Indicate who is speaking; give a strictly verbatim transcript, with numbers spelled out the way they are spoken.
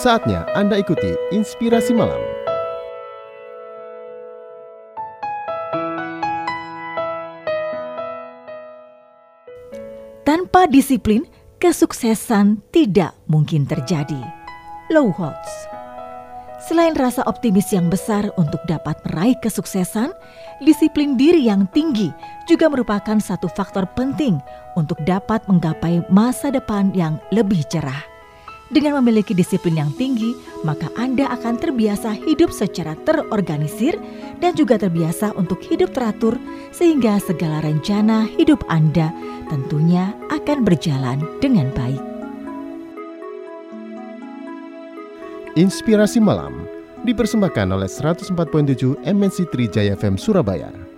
Speaker 1: Saatnya Anda ikuti Inspirasi Malam.
Speaker 2: Tanpa disiplin, kesuksesan tidak mungkin terjadi. Lou Holtz. Selain rasa optimis yang besar untuk dapat meraih kesuksesan, disiplin diri yang tinggi juga merupakan satu faktor penting untuk dapat menggapai masa depan yang lebih cerah. Dengan memiliki disiplin yang tinggi, maka Anda akan terbiasa hidup secara terorganisir dan juga terbiasa untuk hidup teratur, sehingga segala rencana hidup Anda tentunya akan berjalan dengan baik.
Speaker 1: Inspirasi Malam dipersembahkan oleh seratus empat koma tujuh M N C Trijaya F M Surabaya.